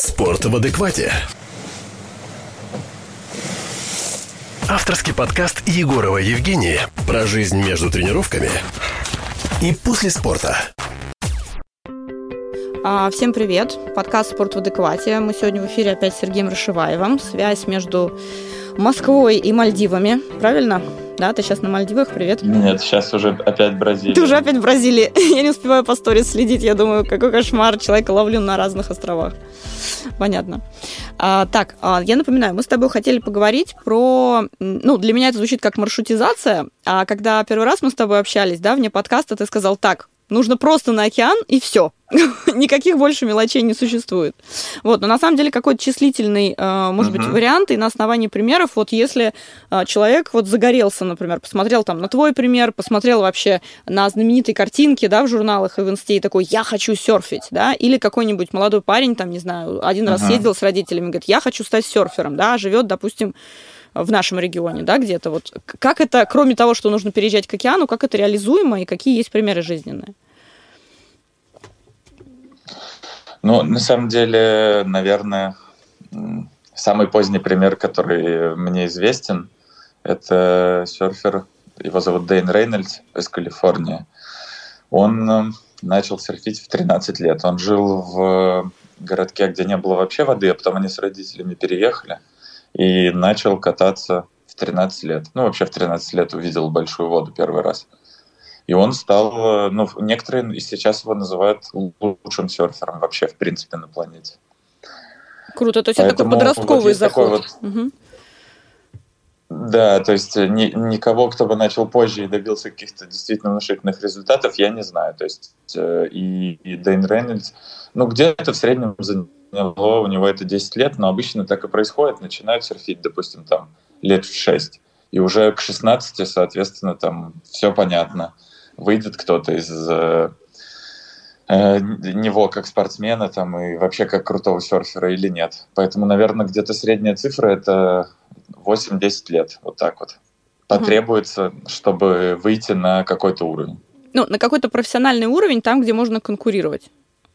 Спорт в адеквате. Авторский подкаст Егорова Евгения про жизнь между тренировками и после спорта. Всем привет. Подкаст «Спорт в адеквате». Мы сегодня в эфире опять с Сергеем Рашеваевым. Связь между Москвой и Мальдивами. Правильно? Да, ты сейчас на Мальдивах, привет. Нет, сейчас уже опять Бразилия. Ты уже опять в Бразилии. Я не успеваю по сторис следить. Я думаю, какой кошмар. Человека ловлю на разных островах. Понятно. Я напоминаю, мы с тобой хотели поговорить про... для меня это звучит как маршрутизация. А когда первый раз мы с тобой общались, да, вне подкаста, ты сказал так: нужно просто на океан, и все. Никаких больше мелочей не существует. Но на самом деле какой-то числительный, может быть, вариант, и на основании примеров, если человек загорелся, например, посмотрел там на твой пример, посмотрел вообще на знаменитые картинки, да, в журналах и в инсте, и такой: я хочу серфить, да, или какой-нибудь молодой парень, там, не знаю, один раз съездил с родителями, говорит: я хочу стать серфером, да, живет, допустим, в нашем регионе, да, где-то. Как это, кроме того, что нужно переезжать к океану, как это реализуемо и какие есть примеры жизненные? На самом деле, наверное, самый поздний пример, который мне известен, это серфер, его зовут Дэйн Рейнольдс из Калифорнии. Он начал серфить в 13 лет. Он жил в городке, где не было вообще воды, а потом они с родителями переехали и начал кататься в 13 лет. Вообще в 13 лет увидел большую воду первый раз. И он стал, некоторые и сейчас его называют лучшим серфером вообще, в принципе, на планете. Круто, то есть это такой подростковый заход. Да, то есть никого, кто бы начал позже и добился каких-то действительно внушительных результатов, я не знаю. То есть и Дэйн Рейнольдс, где-то в среднем заняло у него это 10 лет, но обычно так и происходит. Начинают серфить, допустим, там лет в 6, и уже к 16, соответственно, там все понятно. Выйдет кто-то из него как спортсмена там, и вообще как крутого серфера или нет. Поэтому, наверное, где-то средняя цифра — это 8-10 лет. Вот так вот. Потребуется, чтобы выйти на какой-то уровень. На какой-то профессиональный уровень, там, где можно конкурировать.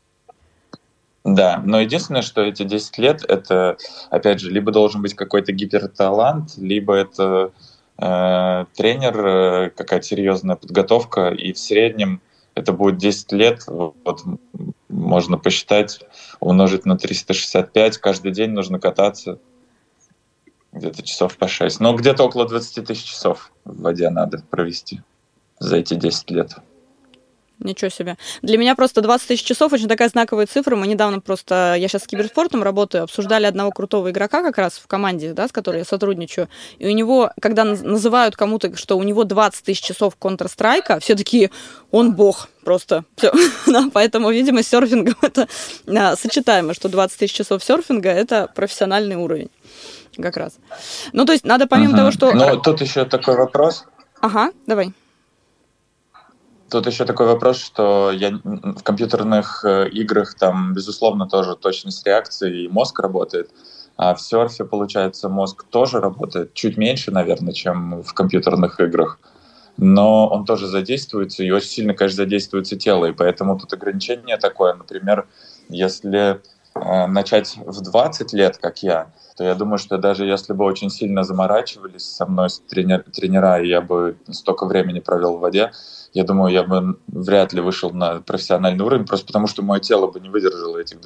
Да, но единственное, что эти 10 лет, это, опять же, либо должен быть какой-то гиперталант, либо это тренер, какая-то серьезная подготовка, и в среднем это будет 10 лет, можно посчитать, умножить на 365, каждый день нужно кататься где-то часов по 6. Где-то около 20 тысяч часов в воде надо провести за эти 10 лет. Ничего себе. Для меня просто 20 тысяч часов очень такая знаковая цифра. Мы недавно я сейчас с киберспортом работаю, обсуждали одного крутого игрока как раз в команде, да, с которой я сотрудничаю. И у него, когда называют кому-то, что у него 20 тысяч часов Counter-Strike, все такие: он бог просто. Все. Да, поэтому, видимо, с серфингом это сочетаемо, что 20 тысяч часов серфинга — это профессиональный уровень как раз. То есть надо помимо того, что... Тут еще такой вопрос. Ага, давай. Тут еще такой вопрос, что в компьютерных играх там, безусловно, тоже точность реакции и мозг работает, а в серфе, получается, мозг тоже работает, чуть меньше, наверное, чем в компьютерных играх, но он тоже задействуется, и очень сильно, конечно, задействуется тело, и поэтому тут ограничение такое. Например, если начать в 20 лет, как я, то я думаю, что даже если бы очень сильно заморачивались со мной тренера, и я бы столько времени провел в воде, я думаю, я бы вряд ли вышел на профессиональный уровень, просто потому что мое тело бы не выдержало этих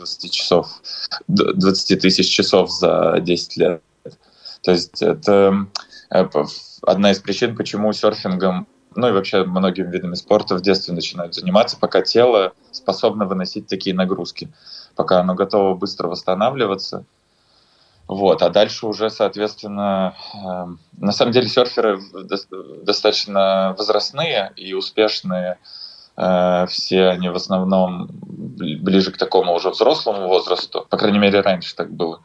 20 тысяч часов за 10 лет. То есть это одна из причин, почему серфингом, и вообще многими видами спорта в детстве начинают заниматься, пока тело способно выносить такие нагрузки, пока оно готово быстро восстанавливаться. А дальше уже, соответственно, на самом деле серферы достаточно возрастные и успешные. Все они в основном ближе к такому уже взрослому возрасту. По крайней мере, раньше так было.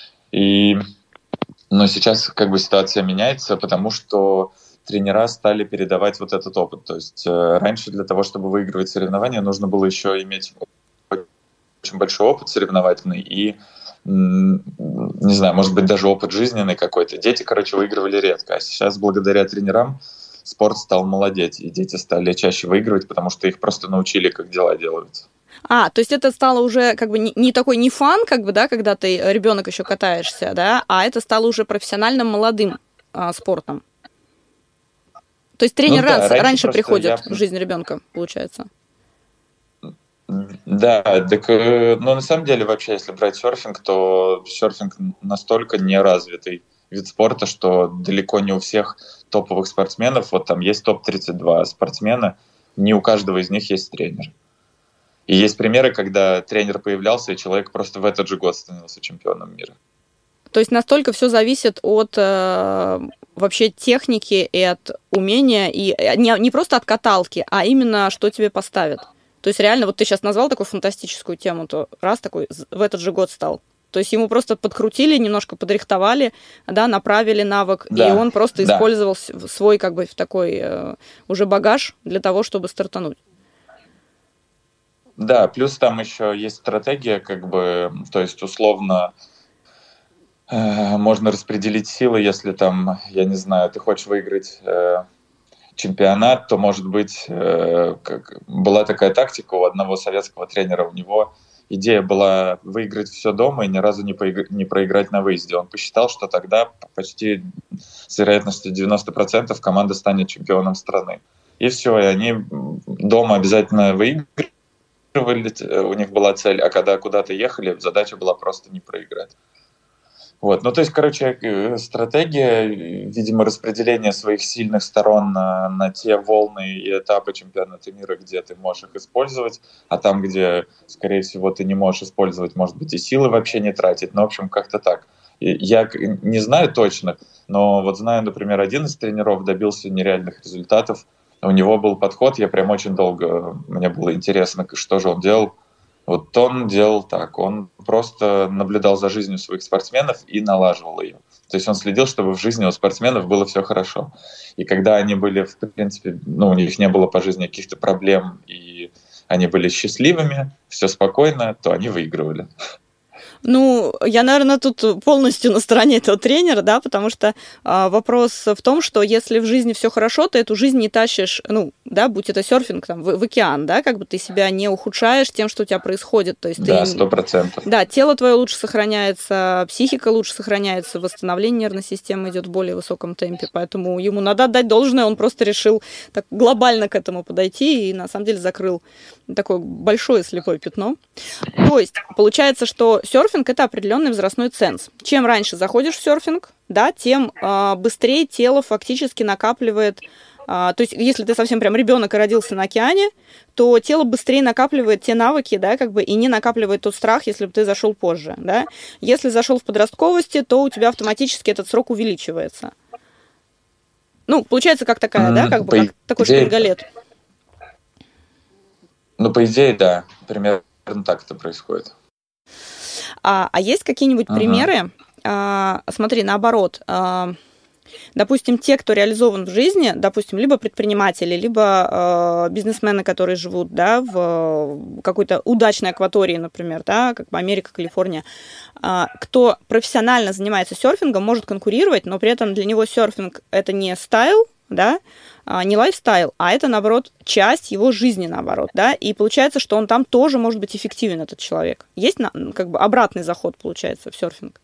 Но сейчас ситуация меняется, потому что тренера стали передавать вот этот опыт. То есть раньше для того, чтобы выигрывать соревнования, нужно было еще иметь очень большой опыт соревновательный и, не знаю, может быть, даже опыт жизненный какой-то. Дети, выигрывали редко. А сейчас, благодаря тренерам, спорт стал молодеть, и дети стали чаще выигрывать, потому что их просто научили, как дела делаются. То есть это стало уже как бы не такой не фан, как бы, да, когда ты ребенок еще катаешься, да, а это стало уже профессиональным молодым спортом. То есть тренер раньше приходит в жизнь ребенка, получается. Да, так, на самом деле вообще, если брать серфинг, то серфинг настолько неразвитый вид спорта, что далеко не у всех топовых спортсменов, вот там есть топ-32 спортсмена, не у каждого из них есть тренер. И есть примеры, когда тренер появлялся, и человек просто в этот же год становился чемпионом мира. То есть настолько все зависит от вообще техники и от умения, и не просто от каталки, а именно что тебе поставят. То есть реально, вот ты сейчас назвал такую фантастическую тему, то раз такой в этот же год стал. То есть ему просто подкрутили, немножко подрихтовали, да, направили навык, да, и он просто использовал свой как бы такой уже багаж для того, чтобы стартануть. Да, плюс там еще есть стратегия, как бы, то есть условно можно распределить силы, если там, я не знаю, ты хочешь выиграть чемпионат, то, может быть, была такая тактика у одного советского тренера, у него идея была выиграть все дома и ни разу не проиграть на выезде. Он посчитал, что тогда почти с вероятностью 90% команда станет чемпионом страны. И все, и они дома обязательно выигрывали, у них была цель, а когда куда-то ехали, задача была просто не проиграть. Вот. Ну, то есть, короче, стратегия, видимо, распределения своих сильных сторон на те волны и этапы чемпионата мира, где ты можешь их использовать, а там, где, скорее всего, ты не можешь использовать, может быть, и силы вообще не тратить. Ну, в общем, как-то так. Я не знаю точно, но вот знаю, например, один из тренеров добился нереальных результатов. У него был подход, я прям очень долго, мне было интересно, что же он делал. Вот он делал так, он просто наблюдал за жизнью своих спортсменов и налаживал ее. То есть он следил, чтобы в жизни у спортсменов было все хорошо. И когда они были, в принципе, у них не было по жизни каких-то проблем, и они были счастливыми, все спокойно, то они выигрывали. Ну, я, наверное, тут полностью на стороне этого тренера, да, потому что вопрос в том, что если в жизни все хорошо, ты эту жизнь не тащишь, да, будь это серфинг там, в океан, да, как бы ты себя не ухудшаешь тем, что у тебя происходит. То есть да, 100%. Да, тело твое лучше сохраняется, психика лучше сохраняется, восстановление нервной системы идет в более высоком темпе, поэтому ему надо отдать должное, он просто решил так глобально к этому подойти и, на самом деле, закрыл такое большое слепое пятно. То есть, получается, что серфинг – это определенный возрастной ценз. Чем раньше заходишь в серфинг, да, тем быстрее тело фактически накапливает. То есть, если ты совсем прям ребенок и родился на океане, то тело быстрее накапливает те навыки, да, как бы, и не накапливает тот страх, если бы ты зашел позже, да. Если зашел в подростковости, то у тебя автоматически этот срок увеличивается. Ну, получается, как такая, да, как бы, как такой шпингалет. Ну, по идее, да, примерно так это происходит. А есть какие-нибудь примеры? Смотри, наоборот, допустим, те, кто реализован в жизни, допустим, либо предприниматели, либо бизнесмены, которые живут, да, в какой-то удачной акватории, например, да, как бы Америка, Калифорния, кто профессионально занимается серфингом, может конкурировать, но при этом для него серфинг – это не стайл, да, не лайфстайл, а это, наоборот, часть его жизни, наоборот, да, и получается, что он там тоже может быть эффективен, этот человек. Есть, как бы, обратный заход, получается, в серфинг?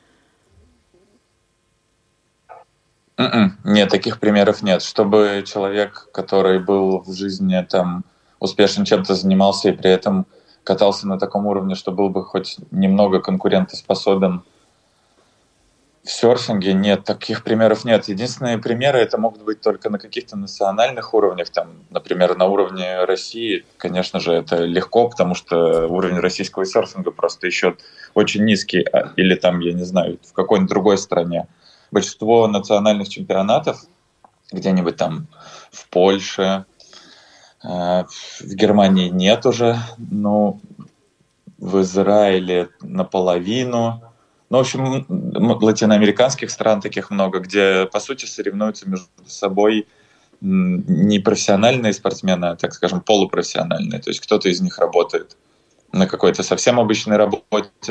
Нет, таких примеров нет. Чтобы человек, который был в жизни там успешен, чем-то занимался и при этом катался на таком уровне, что был бы хоть немного конкурентоспособен в серфинге, нет, таких примеров нет. Единственные примеры это могут быть только на каких-то национальных уровнях, там, например, на уровне России, конечно же, это легко, потому что уровень российского серфинга просто еще очень низкий, или там, я не знаю, в какой-нибудь другой стране. Большинство национальных чемпионатов где-нибудь там в Польше, в Германии нет уже, в Израиле наполовину. В общем, латиноамериканских стран таких много, где, по сути, соревнуются между собой не профессиональные спортсмены, а, так скажем, полупрофессиональные. То есть кто-то из них работает на какой-то совсем обычной работе,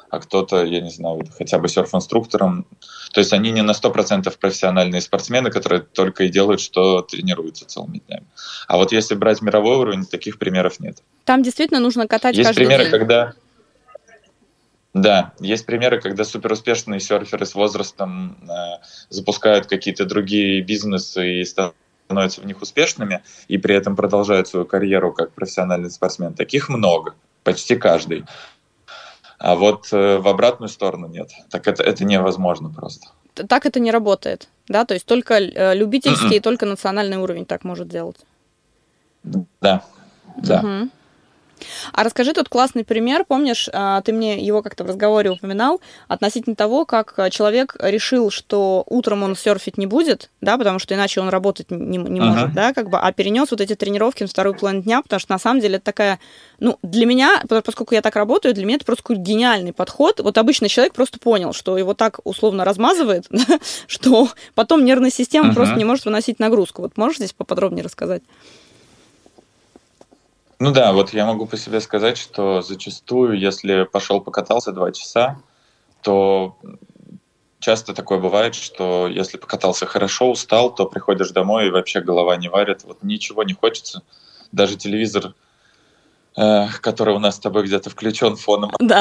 а кто-то, я не знаю, хотя бы серф-инструктором. То есть они не на 100% профессиональные спортсмены, которые только и делают, что тренируются целыми днями. А вот если брать мировой уровень, таких примеров нет. Там действительно нужно катать есть каждый примеры, день. когда... Да, есть примеры, когда суперуспешные серферы с возрастом запускают какие-то другие бизнесы и становятся в них успешными, и при этом продолжают свою карьеру как профессиональный спортсмен. Таких много, почти каждый. А вот в обратную сторону нет. Так это невозможно просто. Так это не работает, да? То есть только любительский, только национальный уровень так может делать. Да, да. Угу. А расскажи тут классный пример, помнишь, ты мне его как-то в разговоре упоминал, относительно того, как человек решил, что утром он серфить не будет, да, потому что иначе он работать не может, да, как бы, а перенес вот эти тренировки на вторую половину дня, потому что на самом деле это такая, ну, для меня, поскольку я так работаю, для меня это просто какой-то гениальный подход. Вот обычный человек просто понял, что его так условно размазывает, что потом нервная система просто не может выносить нагрузку. Вот можешь здесь поподробнее рассказать? Ну да, вот я могу по себе сказать, что зачастую, если пошел покатался 2 часа, то часто такое бывает, что если покатался хорошо, устал, то приходишь домой и вообще голова не варит, вот ничего не хочется. Даже телевизор, который у нас с тобой где-то включен фоном, да.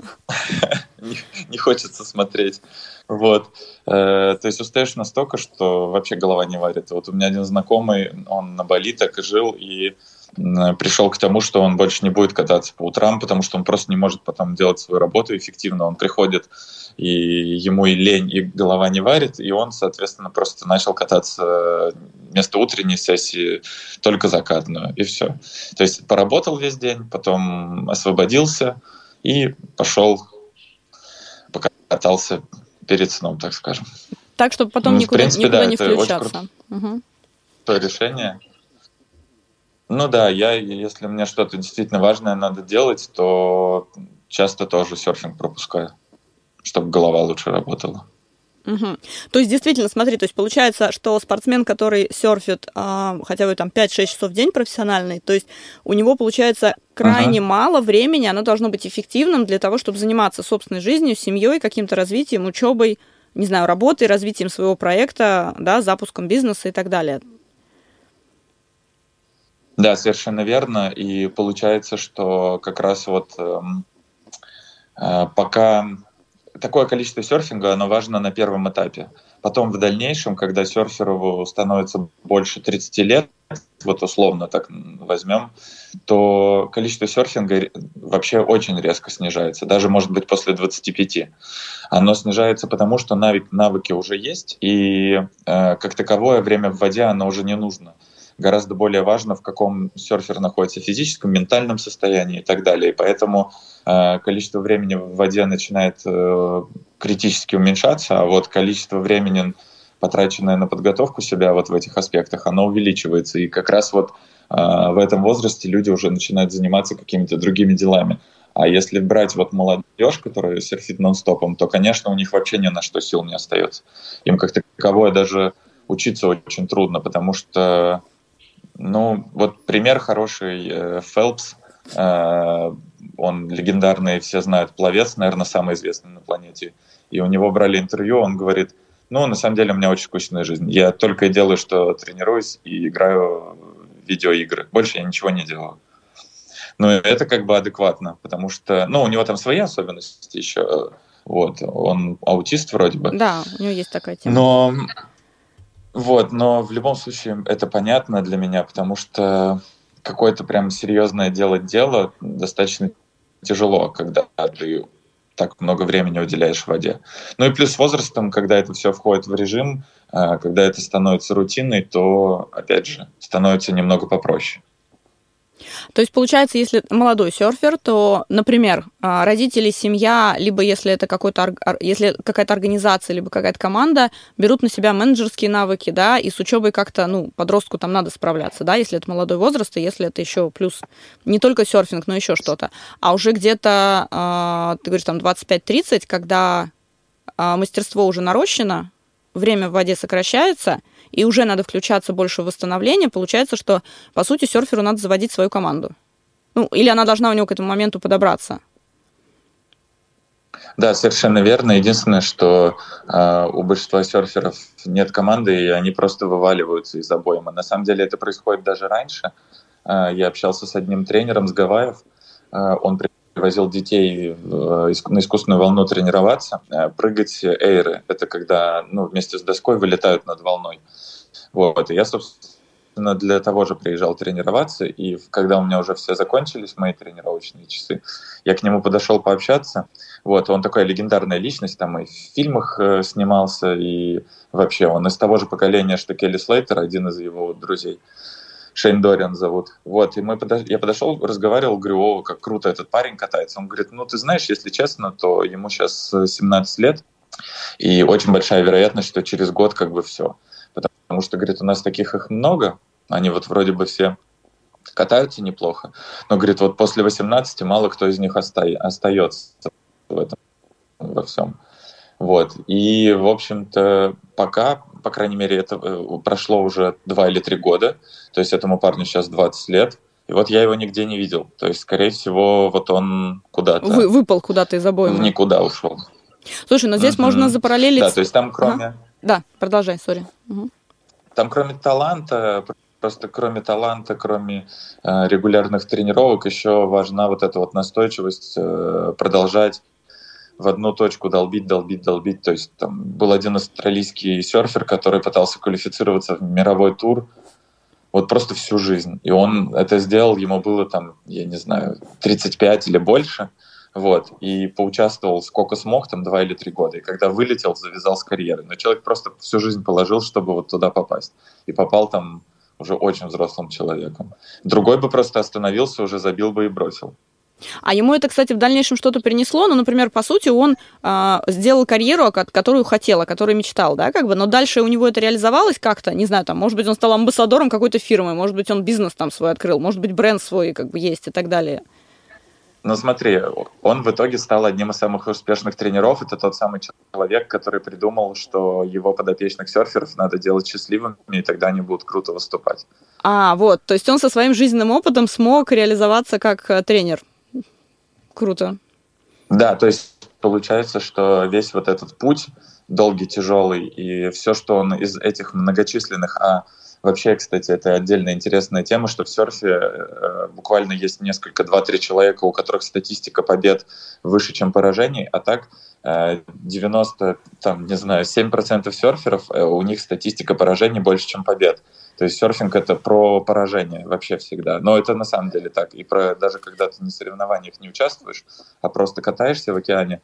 не хочется смотреть. Вот. То есть устаешь настолько, что вообще голова не варит. Вот у меня один знакомый, он на Бали так и жил, и пришел к тому, что он больше не будет кататься по утрам, потому что он просто не может потом делать свою работу эффективно. Он приходит, и ему и лень, и голова не варит, и он, соответственно, просто начал кататься вместо утренней сессии только закатную, и все. То есть поработал весь день, потом освободился и пошел, покатался перед сном, так скажем. Так, чтобы потом никуда не включаться. То решение. Ну да, если мне что-то действительно важное надо делать, то часто тоже серфинг пропускаю, чтобы голова лучше работала. Угу. То есть, действительно, смотри, то есть получается, что спортсмен, который серфит хотя бы там 5-6 часов в день профессиональный, то есть у него получается крайне мало времени, оно должно быть эффективным для того, чтобы заниматься собственной жизнью, семьей, каким-то развитием, учебой, не знаю, работой, развитием своего проекта, да, запуском бизнеса и так далее. Да, совершенно верно. И получается, что как раз вот пока такое количество серфинга, оно важно на первом этапе. Потом в дальнейшем, когда серферу становится больше 30 лет, вот условно так возьмем, то количество серфинга вообще очень резко снижается. Даже, может быть, после 25. Оно снижается потому, что навыки уже есть, и как таковое время в воде оно уже не нужно. Гораздо более важно, в каком серфер находится в физическом, ментальном состоянии и так далее. И поэтому количество времени в воде начинает критически уменьшаться, а вот количество времени, потраченное на подготовку себя вот в этих аспектах, оно увеличивается. И как раз вот в этом возрасте люди уже начинают заниматься какими-то другими делами. А если брать вот молодежь, которая серфит нон-стопом, то, конечно, у них вообще ни на что сил не остается. Им как таковое даже учиться очень трудно, потому что ну, вот пример хороший, Фелпс, он легендарный, все знают, пловец, наверное, самый известный на планете. И у него брали интервью, он говорит, ну, на самом деле у меня очень скучная жизнь. Я только и делаю, что тренируюсь и играю в видеоигры. Больше я ничего не делаю. Но это как бы адекватно, потому что, ну, у него там свои особенности еще. Вот, он аутист вроде бы. Да, у него есть такая тема. Но в любом случае это понятно для меня, потому что какое-то прям серьезное дело достаточно тяжело, когда ты так много времени уделяешь воде. Ну и плюс с возрастом, когда это все входит в режим, когда это становится рутиной, то, опять же, становится немного попроще. То есть, получается, если молодой серфер, то, например, родители, семья, либо если это если какая-то организация, либо какая-то команда берут на себя менеджерские навыки, да, и с учебой как-то, ну, подростку там надо справляться, да, если это молодой возраст, и если это еще плюс не только серфинг, но еще что-то. А уже где-то, ты говоришь, там 25-30, когда мастерство уже нарощено, время в воде сокращается, и уже надо включаться больше в восстановление, получается, что, по сути, серферу надо заводить свою команду. Ну, или она должна у него к этому моменту подобраться. Да, совершенно верно. Единственное, что у большинства серферов нет команды, и они просто вываливаются из обоймы. На самом деле это происходит даже раньше. Я общался с одним тренером с Гавайев. Он привозил детей на искусственную волну тренироваться, прыгать эйры. Это когда вместе с доской вылетают над волной. Вот. И я, собственно, для того же приезжал тренироваться, и когда у меня уже все закончились, мои тренировочные часы, я к нему подошел пообщаться. Вот, он такая легендарная личность, там и в фильмах снимался, и вообще он из того же поколения, что Келли Слейтер, один из его друзей. Шейн Дориан зовут. Вот, и я подошел, разговаривал, говорю, как круто этот парень катается. Он говорит, ты знаешь, если честно, то ему сейчас 17 лет, и очень большая вероятность, что через год все. Потому что, говорит, у нас таких их много, они вот вроде бы все катаются неплохо, но, говорит, вот после 18 мало кто из них остается в этом, во всем. Вот. И, в общем-то, пока, по крайней мере, это прошло уже 2 или 3 года, то есть этому парню сейчас 20 лет, и вот я его нигде не видел. То есть, скорее всего, вот он куда-то... Выпал куда-то из обоймы. В никуда ушел. Слушай, но здесь можно запараллелить... Да, то есть там кроме... Ага. Да, продолжай, сори. Там кроме таланта, кроме регулярных тренировок, еще важна вот эта вот настойчивость продолжать в одну точку долбить. То есть там был один австралийский серфер, который пытался квалифицироваться в мировой тур вот просто всю жизнь. И он это сделал, ему было там, я не знаю, 35 или больше. Вот, и поучаствовал сколько смог, 2 или 3 года. И когда вылетел, завязал с карьерой. Но человек просто всю жизнь положил, чтобы вот туда попасть. И попал там уже очень взрослым человеком. Другой бы просто остановился, уже забил бы и бросил. А ему это, кстати, в дальнейшем что-то принесло? Например, по сути, он сделал карьеру, которую хотел, о которой мечтал, да, но дальше у него это реализовалось как-то, не знаю, может быть, он стал амбассадором какой-то фирмы, может быть, он бизнес там свой открыл, может быть, бренд свой есть и так далее. Смотри, он в итоге стал одним из самых успешных тренеров. Это тот самый человек, который придумал, что его подопечных серферов надо делать счастливыми, и тогда они будут круто выступать. Вот, то есть он со своим жизненным опытом смог реализоваться как тренер. Круто. Да, то есть получается, что весь вот этот путь долгий, тяжелый, и все, что он из этих многочисленных... Вообще, кстати, это отдельная интересная тема, что в серфе буквально есть 2-3 человека, у которых статистика побед выше, чем поражений, а так 7% серферов, у них статистика поражений больше, чем побед. То есть серфинг — это про поражение вообще всегда. Но это на самом деле так. И даже когда ты на соревнованиях не участвуешь, а просто катаешься в океане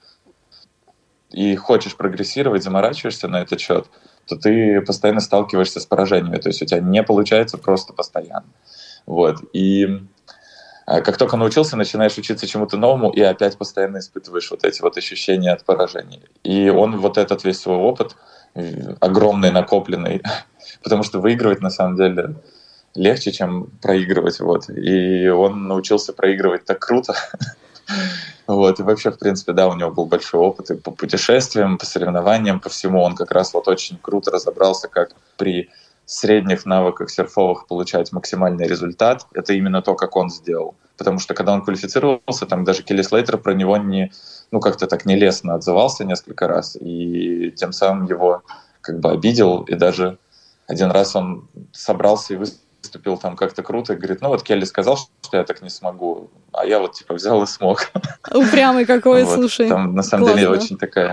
и хочешь прогрессировать, заморачиваешься на этот счет, то ты постоянно сталкиваешься с поражениями. То есть у тебя не получается просто постоянно. Вот. И как только научился, начинаешь учиться чему-то новому, и опять постоянно испытываешь вот эти вот ощущения от поражений. И он вот этот весь свой опыт, огромный, накопленный, потому что выигрывать на самом деле легче, чем проигрывать. Вот. И он научился проигрывать так круто. Вот, и вообще, в принципе, да, у него был большой опыт и по путешествиям, по соревнованиям, по всему. Он как раз вот очень круто разобрался, как при средних навыках серфовых получать максимальный результат. Это именно то, как он сделал. Потому что когда он квалифицировался, там даже Келли Слейтер про него как-то так нелестно отзывался несколько раз, и тем самым его обидел, и даже один раз он собрался и выступил там как-то круто, и говорит, Келли сказал, что я так не смогу, а я взял и смог. Упрямый какой, слушай. Там на самом деле очень такая...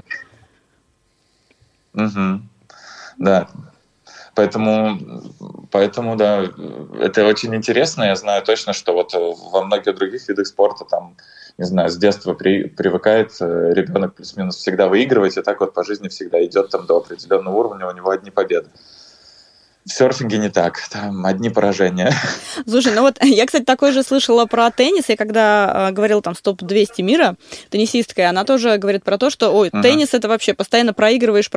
Да. Поэтому, да, это очень интересно. Я знаю точно, что во многих других видах спорта, с детства привыкает ребенок плюс-минус всегда выигрывать, и так по жизни всегда идет до определенного уровня, у него одни победы. В серфинге не так, там одни поражения. Слушай, я, кстати, такое же слышала про теннис. Я когда говорила с топ-200 мира теннисисткой, она тоже говорит про то, что, теннис это вообще постоянно проигрываешь.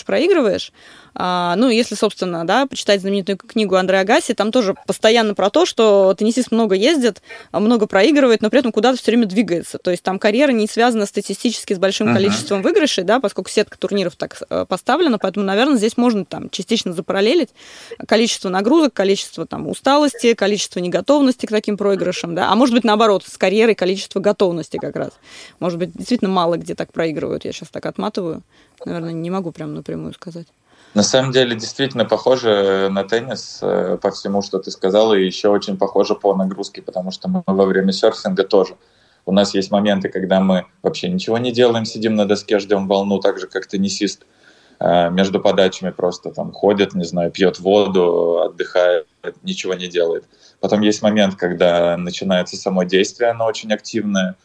Если, собственно, да, почитать знаменитую книгу Андре Агаси, там тоже постоянно про то, что теннисист много ездит, много проигрывает, но при этом куда-то все время двигается. То есть там карьера не связана статистически с большим количеством выигрышей, да, поскольку сетка турниров так поставлена, поэтому, наверное, здесь можно частично запараллелить. количество нагрузок, количество там усталости, количество неготовности к таким проигрышам, да, а может быть, наоборот, с карьерой количество готовности как раз. Может быть, действительно мало где так проигрывают. Я сейчас так отматываю. Наверное, не могу прям напрямую сказать. На самом деле, действительно похоже на теннис по всему, что ты сказала, и еще очень похоже по нагрузке, потому что мы во время серфинга тоже. У нас есть моменты, когда мы вообще ничего не делаем, сидим на доске, ждем волну, так же, как теннисист между подачами просто там ходит, не знаю, пьет воду, отдыхает, ничего не делает. Потом есть момент, когда начинается само действие, оно очень активное,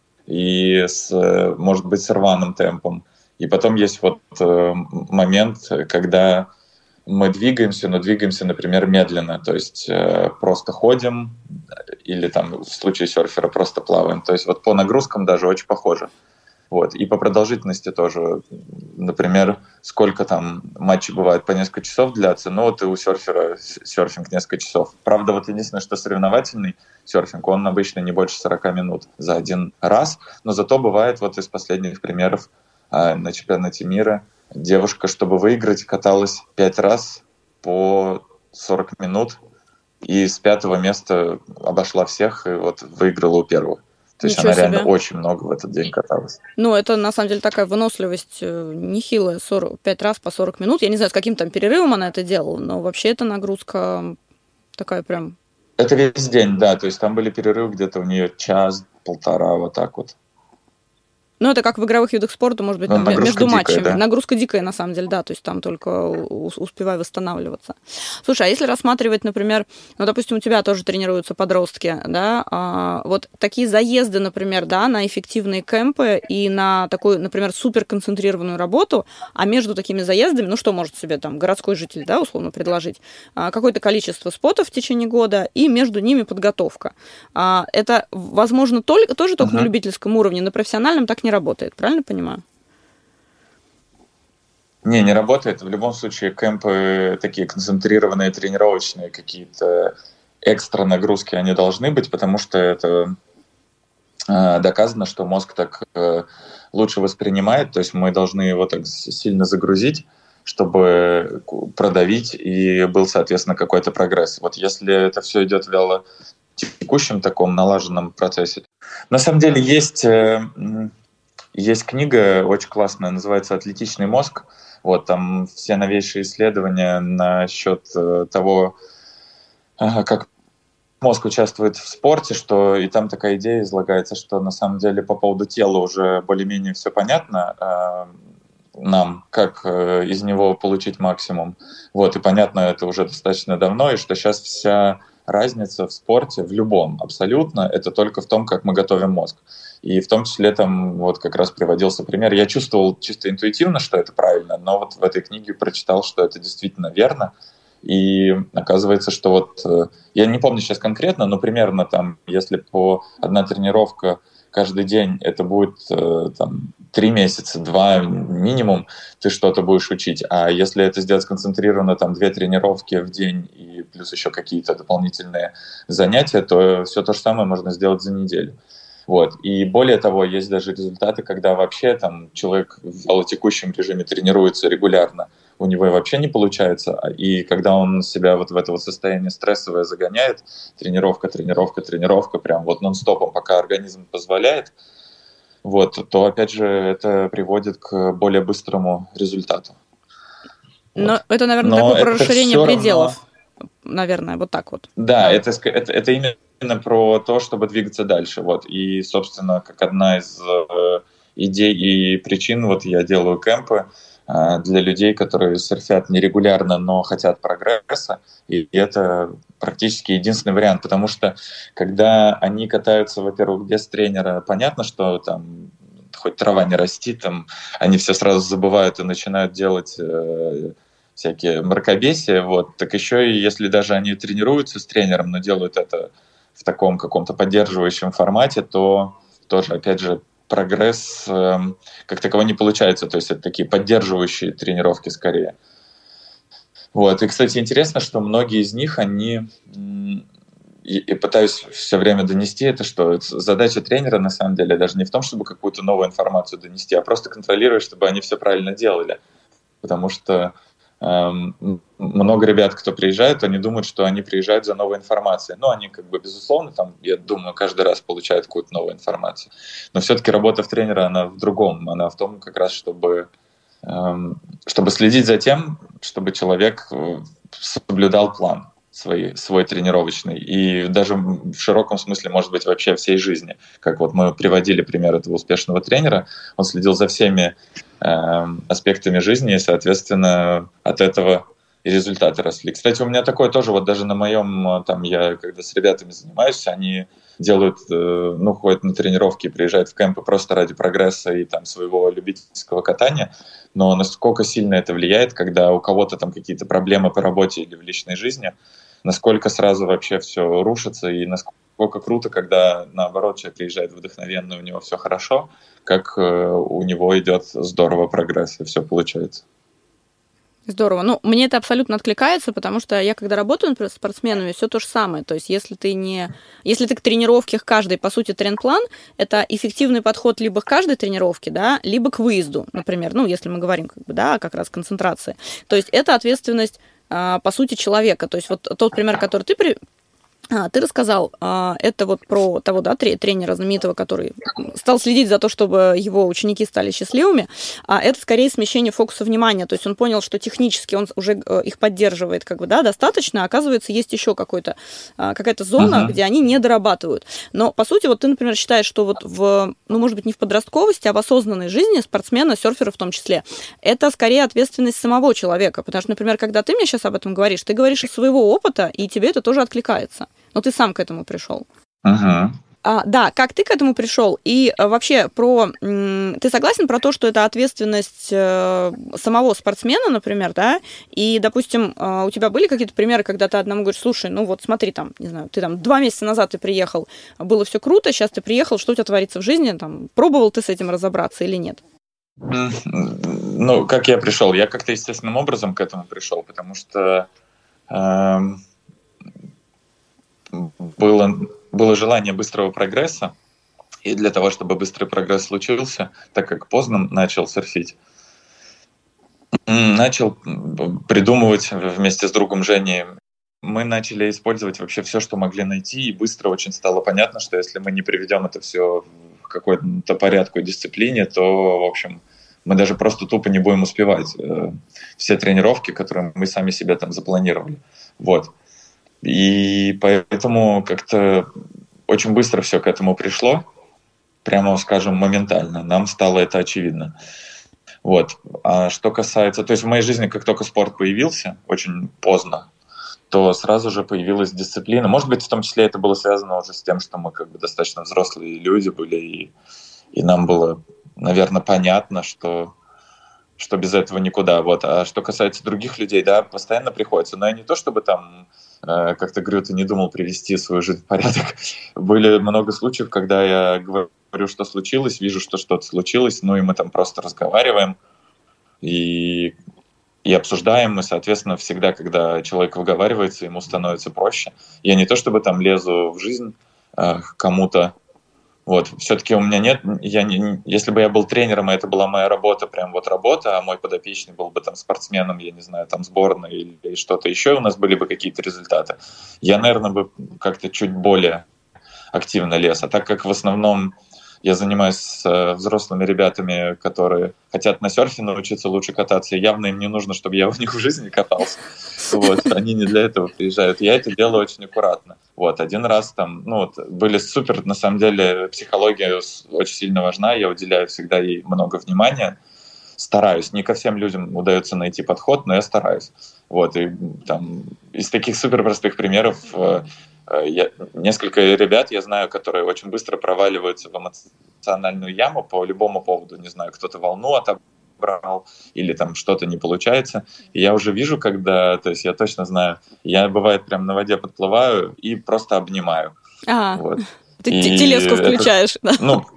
и может быть с рваным темпом. И потом есть вот момент, когда мы двигаемся, но двигаемся, например, медленно. То есть просто ходим или там в случае серфера просто плаваем. То есть вот по нагрузкам даже очень похоже. Вот. И по продолжительности тоже. Например, сколько там матчей бывает по несколько часов длятся, ну вот и у серфера серфинг несколько часов. Правда, вот единственное, что соревновательный серфинг, он обычно не больше 40 минут за один раз, но зато бывает вот из последних примеров на чемпионате мира девушка, чтобы выиграть, каталась 5 раз по 40 минут и с 5-го места обошла всех и вот выиграла у первого. То есть она реально очень много в этот день каталась. Ну, это на самом деле такая выносливость нехилая, 5 раз по 40 минут. Я не знаю, с каким там перерывом она это делала, но вообще эта нагрузка такая прям... Это весь день, да, то есть там были перерывы где-то у нее час-полтора, вот так вот. Ну, это как в игровых видах спорта, может быть, там, между матчами. Дикая, да? Нагрузка дикая, на самом деле, да, то есть там только успевай восстанавливаться. Слушай, а если рассматривать, например, ну, допустим, у тебя тоже тренируются подростки, да, вот такие заезды, например, да, на эффективные кемпы и на такую, например, суперконцентрированную работу, а между такими заездами, ну, что может себе там городской житель, да, условно предложить? Какое-то количество спотов в течение года и между ними подготовка. Это, возможно, тоже только на любительском уровне, на профессиональном так не работает, правильно понимаю? Не работает. В любом случае кемпы такие концентрированные, тренировочные, какие-то экстра нагрузки, они должны быть, потому что это доказано, что мозг так лучше воспринимает, то есть мы должны его так сильно загрузить, чтобы продавить, и был, соответственно, какой-то прогресс. Вот если это все идет вяло в текущем таком налаженном процессе. На самом деле есть книга очень классная, называется «Атлетичный мозг». Вот там все новейшие исследования насчет того, как мозг участвует в спорте, что и там такая идея излагается, что на самом деле по поводу тела уже более-менее все понятно нам, как из него получить максимум. Вот, и понятно это уже достаточно давно, и что сейчас вся разница в спорте, в любом абсолютно, это только в том, как мы готовим мозг. И в том числе там вот как раз приводился пример. Я чувствовал чисто интуитивно, что это правильно, но вот в этой книге прочитал, что это действительно верно. И оказывается, что вот, я не помню сейчас конкретно, но примерно там, если по одна тренировка каждый день, это будет там 3 месяца, 2 минимум, ты что-то будешь учить. А если это сделать сконцентрированно, там 2 тренировки в день и плюс еще какие-то дополнительные занятия, то все то же самое можно сделать за неделю. Вот. И более того, есть даже результаты, когда вообще там человек в вялотекущем режиме тренируется регулярно, у него и вообще не получается, и когда он себя вот в это вот состояние стрессовое загоняет, тренировка, прям вот нон-стопом, пока организм позволяет, вот, то опять же это приводит к более быстрому результату. Но вот. Это, наверное, такое про расширение пределов, наверное, вот так вот. Да, это именно про то, чтобы двигаться дальше, вот, и, собственно, как одна из идей и причин, вот я делаю кемпы для людей, которые серфят нерегулярно, но хотят прогресса, и это практически единственный вариант, потому что когда они катаются, во-первых, без тренера, понятно, что там хоть трава не расти, там они все сразу забывают и начинают делать всякие мракобесия, вот, так еще и если даже они тренируются с тренером, но делают это в таком каком-то поддерживающем формате, то тоже, опять же, прогресс как таковой не получается. То есть это такие поддерживающие тренировки скорее. Вот. И, кстати, интересно, что многие из них, они... И пытаюсь все время донести это, что задача тренера, на самом деле, даже не в том, чтобы какую-то новую информацию донести, а просто контролировать, чтобы они все правильно делали. Потому что много ребят, кто приезжает, они думают, что они приезжают за новой информацией. Ну, они как бы, безусловно, там, я думаю, каждый раз получают какую-то новую информацию. Но все-таки работа в тренера, она в другом. Она в том, как раз, чтобы следить за тем, чтобы человек соблюдал план свой тренировочный. И даже в широком смысле, может быть, вообще всей жизни. Как вот мы приводили пример этого успешного тренера, он следил за всеми аспектами жизни, и, соответственно, от этого и результаты росли. Кстати, у меня такое тоже, вот даже на моем, там, я когда с ребятами занимаюсь, они делают, ходят на тренировки, приезжают в кемпы просто ради прогресса и там своего любительского катания, но насколько сильно это влияет, когда у кого-то там какие-то проблемы по работе или в личной жизни, насколько сразу вообще все рушится, и насколько круто, когда, наоборот, человек приезжает вдохновенный, у него все хорошо, как у него идет здорово прогресс, и все получается. Здорово. Ну, мне это абсолютно откликается, потому что я, когда работаю, например, с спортсменами, все то же самое. То есть, если ты к тренировке к каждой, по сути, тренплан, это эффективный подход либо к каждой тренировке, да, либо к выезду, например, если мы говорим, как раз концентрации. То есть, это ответственность, по сути, человека. То есть, вот тот пример, который ты рассказал, это вот про того, да, тренера знаменитого, который стал следить за то, чтобы его ученики стали счастливыми, а это скорее смещение фокуса внимания, то есть он понял, что технически он уже их поддерживает, достаточно, а оказывается, есть еще какая-то зона, где они не дорабатывают. Но, по сути, вот ты, например, считаешь, что вот может быть, не в подростковости, а в осознанной жизни спортсмена, серфера в том числе, это скорее ответственность самого человека, потому что, например, когда ты мне сейчас об этом говоришь, ты говоришь из своего опыта, и тебе это тоже откликается. Но ты сам к этому пришел. Да, как ты к этому пришел? И вообще, ты согласен про то, что это ответственность самого спортсмена, например, да? И, допустим, у тебя были какие-то примеры, когда ты одному говоришь: слушай, смотри, не знаю, ты 2 месяца назад ты приехал, было все круто, сейчас ты приехал, что у тебя творится в жизни? Пробовал ты с этим разобраться или нет? Как я пришел? Я как-то естественным образом к этому пришел, потому что было желание быстрого прогресса, и для того, чтобы быстрый прогресс случился, так как поздно начал серфить, начал придумывать вместе с другом Женей. Мы начали использовать вообще все, что могли найти, и быстро очень стало понятно, что если мы не приведем это все в какой-то порядку и дисциплине, то, в общем, мы даже просто тупо не будем успевать все тренировки, которые мы сами себе там запланировали. Вот. И поэтому как-то очень быстро все к этому пришло, прямо скажем, моментально. Нам стало это очевидно. Вот. А что касается... То есть в моей жизни, как только спорт появился, очень поздно, то сразу же появилась дисциплина. Может быть, в том числе это было связано уже с тем, что мы достаточно взрослые люди были, и нам было, наверное, понятно, что без этого никуда. Вот. А что касается других людей, да, постоянно приходится. Но я не то, чтобы как ты говорю, ты не думал привести свою жизнь в порядок. Были много случаев, когда я говорю, что случилось, вижу, что что-то случилось, и мы там просто разговариваем и обсуждаем. И, соответственно, всегда, когда человек выговаривается, ему становится проще. Я не то, чтобы лезу в жизнь кому-то. Вот. Все-таки у меня нет... если бы я был тренером, и это была моя работа, прям работа, а мой подопечный был бы спортсменом, я не знаю, сборной или что-то еще, у нас были бы какие-то результаты, я, наверное, бы как-то чуть более активно лез. А так как в основном я занимаюсь с взрослыми ребятами, которые хотят на серфе научиться лучше кататься, и явно им не нужно, чтобы я у них в жизни катался. Вот. Они не для этого приезжают. Я это делаю очень аккуратно. Вот. Один раз были супер, на самом деле, психология очень сильно важна, я уделяю всегда ей много внимания. Стараюсь. Не ко всем людям удается найти подход, но я стараюсь. Вот. И из таких супер простых примеров несколько ребят я знаю, которые очень быстро проваливаются в эмоциональную яму по любому поводу. Не знаю, кто-то волну отобрал или что-то не получается. И я уже вижу, то есть я точно знаю, я, бывает, прям на воде подплываю и просто обнимаю. Вот. Ты телеску включаешь, да?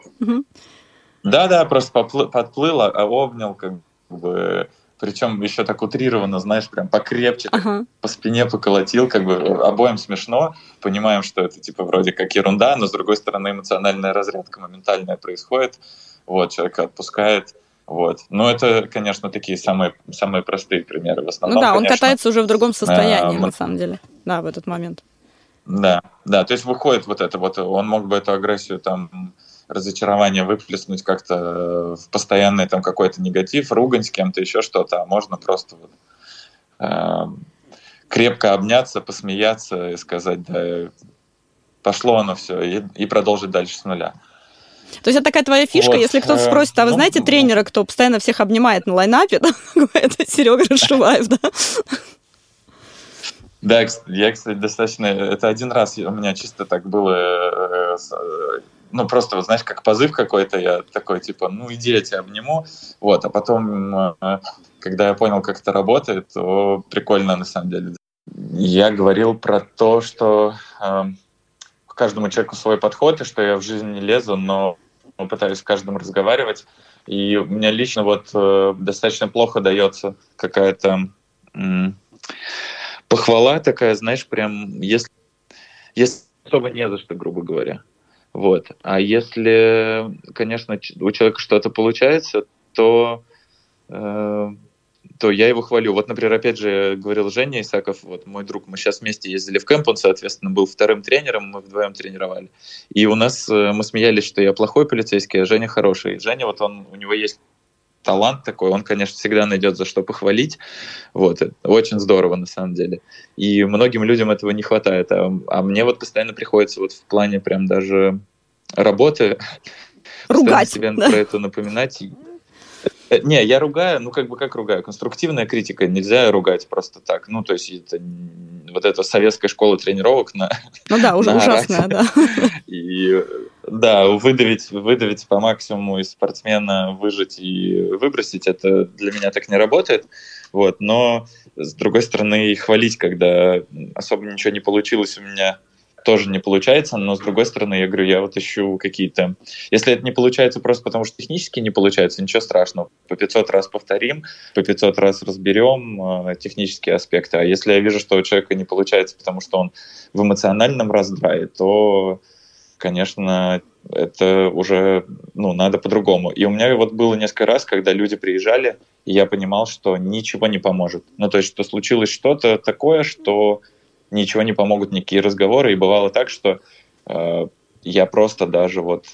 Да, просто подплыл, обнял, причем еще так утрированно, знаешь, прям покрепче, по спине поколотил, обоим смешно, понимаем, что это вроде как ерунда, но с другой стороны эмоциональная разрядка моментальная происходит, вот, человека отпускает, Вот. Но это, конечно, такие самые простые примеры. В основном, Ну да, он конечно, катается уже в другом состоянии, на самом деле, да, в этот момент. Да, то есть выходит вот это вот, он мог бы эту агрессию, там, разочарование выплеснуть как-то в постоянный там какой-то негатив, ругань с кем-то, еще что-то, а можно просто вот, крепко обняться, посмеяться и сказать, да, пошло оно все, и продолжить дальше с нуля. То есть это такая твоя фишка, вот, если кто-то спросит, а вы знаете тренера, кто постоянно всех обнимает на лайнапе, это Серега Расшиваев, да? Да, я, кстати, достаточно... Это один раз у меня чисто так было... Ну, просто, вот, знаешь, как позыв какой-то, я такой, типа, ну, иди, я тебя обниму. Вот, а потом, когда я понял, как это работает, то прикольно, на самом деле. Я говорил про то, что к каждому человеку свой подход, и что я в жизнь не лезу, но пытаюсь с каждым разговаривать. И у меня лично вот достаточно плохо дается какая-то... похвала такая, знаешь, прям, если особо не за что, грубо говоря. Вот. А если, конечно, у человека что-то получается, то я его хвалю. Вот, например, опять же, говорил Женя Исаков, вот мой друг, мы сейчас вместе ездили в кемп, он, соответственно, был вторым тренером, мы вдвоем тренировали. И у нас, мы смеялись, что я плохой полицейский, а Женя хороший. Женя, вот у него есть талант такой, он, конечно, всегда найдет за что похвалить. Вот, это очень здорово, на самом деле. И многим людям этого не хватает. А мне вот постоянно приходится вот в плане прям даже работы ругать себе про это напоминать. Не, я ругаю, ну как ругаю? Конструктивная критика, нельзя ругать просто так. Ну, то есть это вот эта советская школа тренировок на... Ну да, уже ужасная, да. И да, выдавить по максимуму из спортсмена, выжать и выбросить, это для меня так не работает. Вот, но, с другой стороны, и хвалить, когда особо ничего не получилось у меня, тоже не получается, но, с другой стороны, я говорю, я вот ищу какие-то... Если это не получается просто потому, что технически не получается, ничего страшного. По 500 раз повторим, по 500 раз разберем технические аспекты. А если я вижу, что у человека не получается, потому что он в эмоциональном раздрае, то, конечно, это уже надо по-другому. И у меня вот было несколько раз, когда люди приезжали, и я понимал, что ничего не поможет. Ну, то есть, что случилось что-то такое, что ничего не помогут никакие разговоры. И бывало так, что я просто даже вот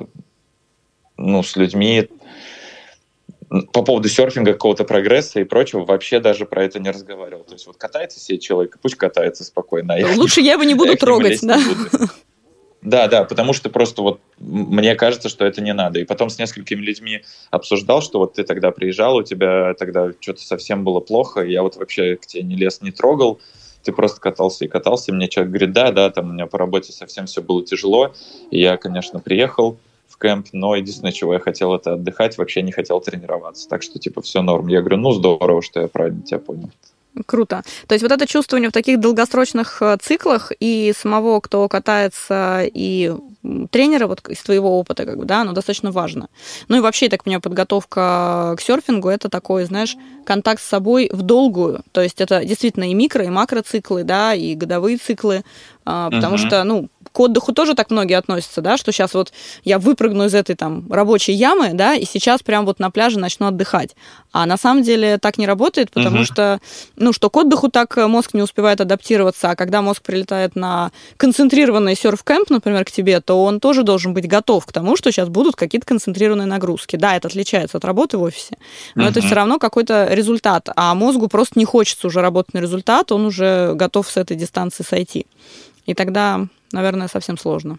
с людьми по поводу серфинга, какого-то прогресса и прочего вообще даже про это не разговаривал. То есть вот катается себе человек, пусть катается спокойно. Лучше я его не буду трогать, да? Да, потому что просто вот мне кажется, что это не надо. И потом с несколькими людьми обсуждал, что вот ты тогда приезжал, у тебя тогда что-то совсем было плохо, и я вот вообще к тебе не лез, не трогал, ты просто катался и катался. И мне человек говорит, да, там у меня по работе совсем все было тяжело. И я, конечно, приехал в кемп, но единственное, чего я хотел, это отдыхать, вообще не хотел тренироваться. Так что, все норм. Я говорю, здорово, что я правильно тебя понял. Круто. То есть вот это чувствование в таких долгосрочных циклах и самого, кто катается, и тренера вот из твоего опыта, оно достаточно важно. Ну и вообще, я так понимаю, подготовка к серфингу – это такой, знаешь, контакт с собой в долгую. То есть это действительно и микро, и макроциклы, да, и годовые циклы, потому что, к отдыху тоже так многие относятся, да, что сейчас вот я выпрыгну из этой там рабочей ямы, да, и сейчас прям вот на пляже начну отдыхать. А на самом деле так не работает, потому что, что к отдыху так мозг не успевает адаптироваться, а когда мозг прилетает на концентрированный серф-кэмп, например, к тебе, то он тоже должен быть готов к тому, что сейчас будут какие-то концентрированные нагрузки. Да, это отличается от работы в офисе, но это все равно какой-то результат, а мозгу просто не хочется уже работать на результат, он уже готов с этой дистанции сойти. И тогда, наверное, совсем сложно.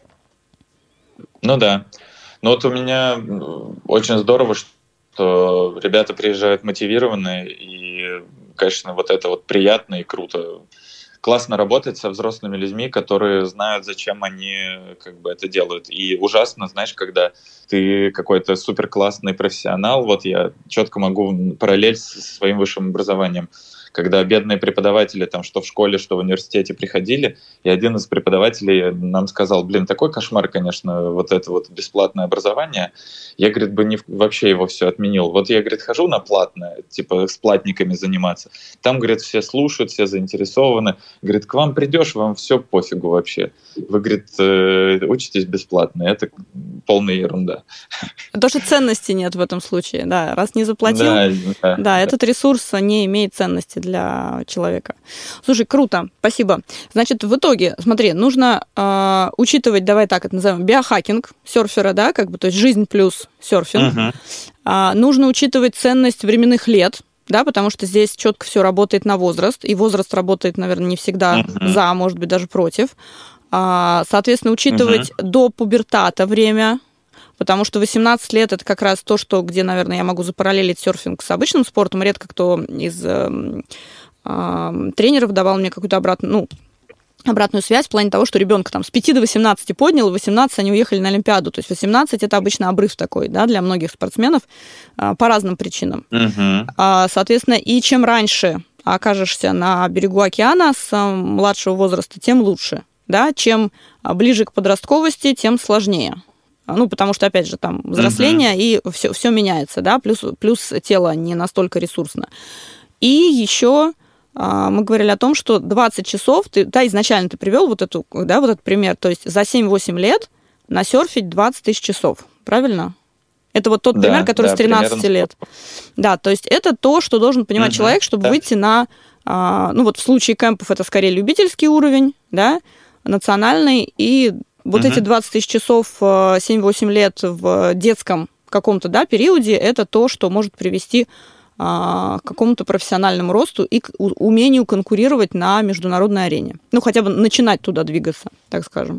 Ну да. Но вот у меня очень здорово, что ребята приезжают мотивированные, и, конечно, вот это вот приятно и круто. Классно работать со взрослыми людьми, которые знают, зачем они это делают. И ужасно, знаешь, когда ты какой-то суперклассный профессионал, вот я четко могу параллель со своим высшим образованием. когда бедные преподаватели там что в школе, что в университете приходили, и один из преподавателей нам сказал: блин, такой кошмар, конечно, вот это вот бесплатное образование. Я, говорит, бы вообще его все отменил. Вот я, говорит, хожу на платное, типа с платниками заниматься. Там, говорит, все слушают, все заинтересованы. Говорит, к вам придешь, вам все пофигу вообще. Вы, говорит, учитесь бесплатно. Это полная ерунда. То, что ценности нет в этом случае, да. Раз не заплатил, да, этот ресурс не имеет ценности для человека. Слушай, круто, спасибо. Значит, в итоге, смотри, нужно учитывать, давай так это назовем, биохакинг серфера, да, как бы, то есть жизнь плюс серфинг. Нужно учитывать ценность временных лет, да, потому что здесь четко все работает на возраст, и возраст работает, наверное, не всегда за, может быть, даже против. Соответственно, учитывать до пубертата время, потому что 18 лет – это как раз то, где, наверное, я могу запараллелить серфинг с обычным спортом. Редко кто из тренеров давал мне какую-то обратную связь в плане того, что ребенка там с 5 до 18 поднял, в 18 они уехали на Олимпиаду. То есть 18 – это обычно обрыв такой, да, для многих спортсменов по разным причинам. Соответственно, и чем раньше окажешься на берегу океана с младшего возраста, тем лучше. Да? Чем ближе к подростковости, тем сложнее. Ну, потому что, опять же, там взросление, и все меняется, да, плюс тело не настолько ресурсно. И еще мы говорили о том, что 20 часов, изначально ты привел вот этот пример, то есть за 7-8 лет насерфить 20 тысяч часов, правильно? Это вот тот пример, который с 13 лет. Да, то есть это то, что должен понимать человек, чтобы выйти на, в случае кемпов это скорее любительский уровень, да, национальный, и вот эти 20 тысяч часов 7-8 лет в детском каком-то, да, периоде, это то, что может привести к какому-то профессиональному росту и к умению конкурировать на международной арене. Ну, хотя бы начинать туда двигаться, так скажем.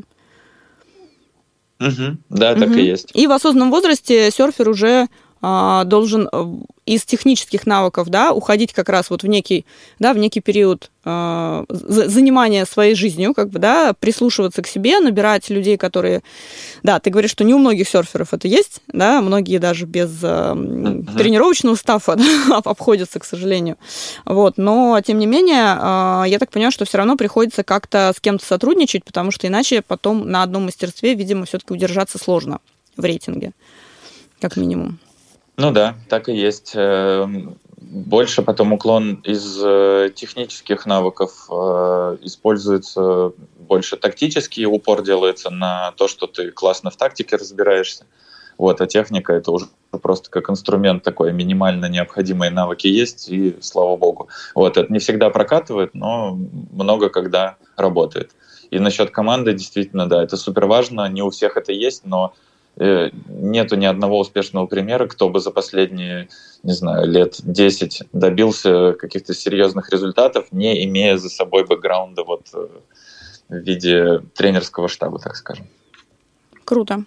Да, так и есть. И в осознанном возрасте серфер уже должен из технических навыков, да, уходить как раз вот в некий период занимания своей жизнью, как бы, да, прислушиваться к себе, набирать людей, которые... Да, ты говоришь, что не у многих серферов это есть, да, многие даже без тренировочного стафа, да, обходятся, к сожалению. Вот, но, тем не менее, я так понимаю, что все равно приходится как-то с кем-то сотрудничать, потому что иначе потом на одном мастерстве, видимо, все-таки удержаться сложно в рейтинге, как минимум. Ну да, так и есть. Больше потом уклон из технических навыков используется, больше тактический упор делается на то, что ты классно в тактике разбираешься. Вот, а техника — это уже просто как инструмент такой, минимально необходимые навыки есть, и слава богу. Вот, это не всегда прокатывает, но много когда работает. И насчет команды, действительно, да, это супер важно, не у всех это есть, но нету ни одного успешного примера, кто бы за последние, не знаю, лет 10 добился каких-то серьезных результатов, не имея за собой бэкграунда вот в виде тренерского штаба, так скажем. Круто.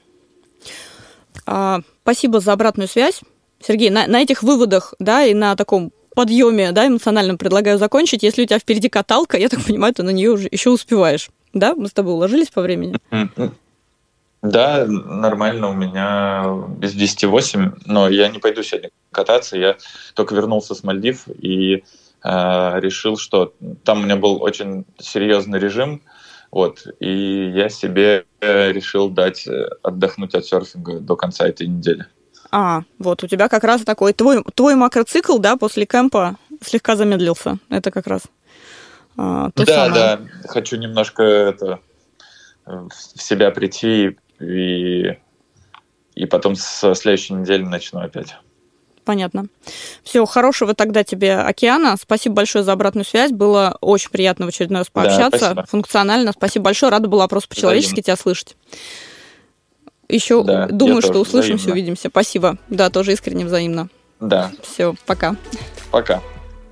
Спасибо за обратную связь. Сергей, на этих выводах, да, и на таком подъеме, да, эмоциональном предлагаю закончить. Если у тебя впереди каталка, я так понимаю, ты на нее уже еще успеваешь. Да? Мы с тобой уложились по времени? Да, нормально, у меня без 10-8, но я не пойду сегодня кататься, я только вернулся с Мальдив и решил, что там у меня был очень серьезный режим, вот, и я себе решил дать отдохнуть от серфинга до конца этой недели. Вот у тебя как раз такой, твой макроцикл, да, после кемпа слегка замедлился, это как раз то самое. Да, хочу немножко в себя прийти и потом со следующей недели начну опять. Понятно. Все, хорошего тогда тебе океана. Спасибо большое за обратную связь. Было очень приятно в очередной раз пообщаться. Да, функционально. Спасибо большое. Рада была просто по-человечески тебя слышать. Еще думаю, что услышимся, взаимно. Увидимся. Спасибо. Да, тоже искренне взаимно. Да. Все, пока. Пока.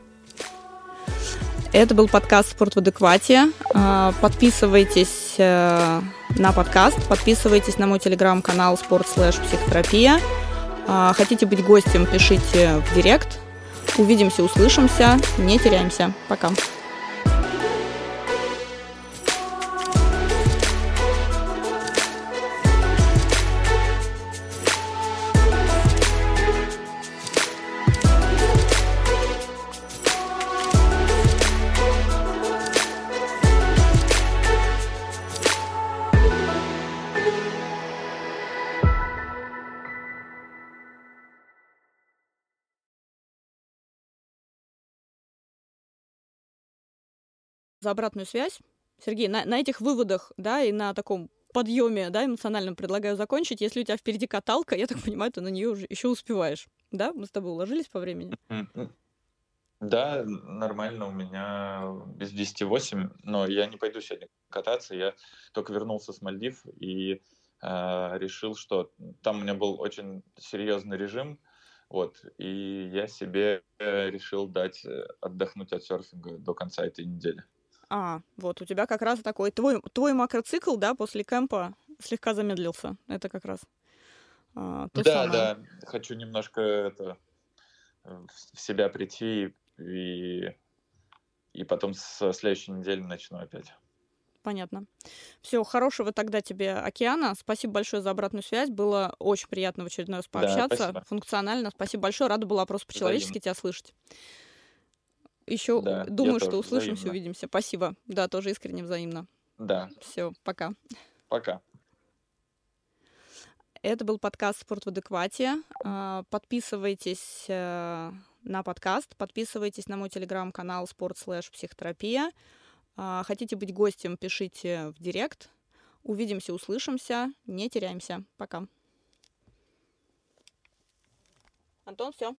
Это был подкаст «Спорт в адеквате». Подписывайтесь на подкаст, подписывайтесь на мой телеграм-канал sport/психотерапия. Хотите быть гостем, пишите в директ. Увидимся, услышимся, не теряемся. Пока. за обратную связь. Сергей, на этих выводах, да, и на таком подъеме, да, эмоциональном предлагаю закончить. Если у тебя впереди каталка, я так понимаю, ты на нее уже еще успеваешь. Да? Мы с тобой уложились по времени? Да, нормально, у меня без 10:08, но я не пойду сегодня кататься. Я только вернулся с Мальдив и решил, что там у меня был очень серьезный режим, вот, и я себе решил дать отдохнуть от серфинга до конца этой недели. Вот у тебя как раз такой твой макроцикл, да, после кемпа слегка замедлился. Это как раз то самое. Да, хочу немножко в себя прийти и потом со следующей недели начну опять. Понятно. Все, хорошего тогда тебе океана. Спасибо большое за обратную связь. Было очень приятно в очередной раз пообщаться. Да, функционально. Спасибо большое. Рада была просто по-человечески тебя слышать. Еще да, думаю, что услышимся, взаимно. Увидимся. Спасибо. Да, тоже искренне взаимно. Да. Все, пока. Пока. Это был подкаст «Спорт в адеквате». Подписывайтесь на подкаст, подписывайтесь на мой телеграм-канал sport/психотерапия. Хотите быть гостем, пишите в директ. Увидимся, услышимся. Не теряемся. Пока. Антон, все.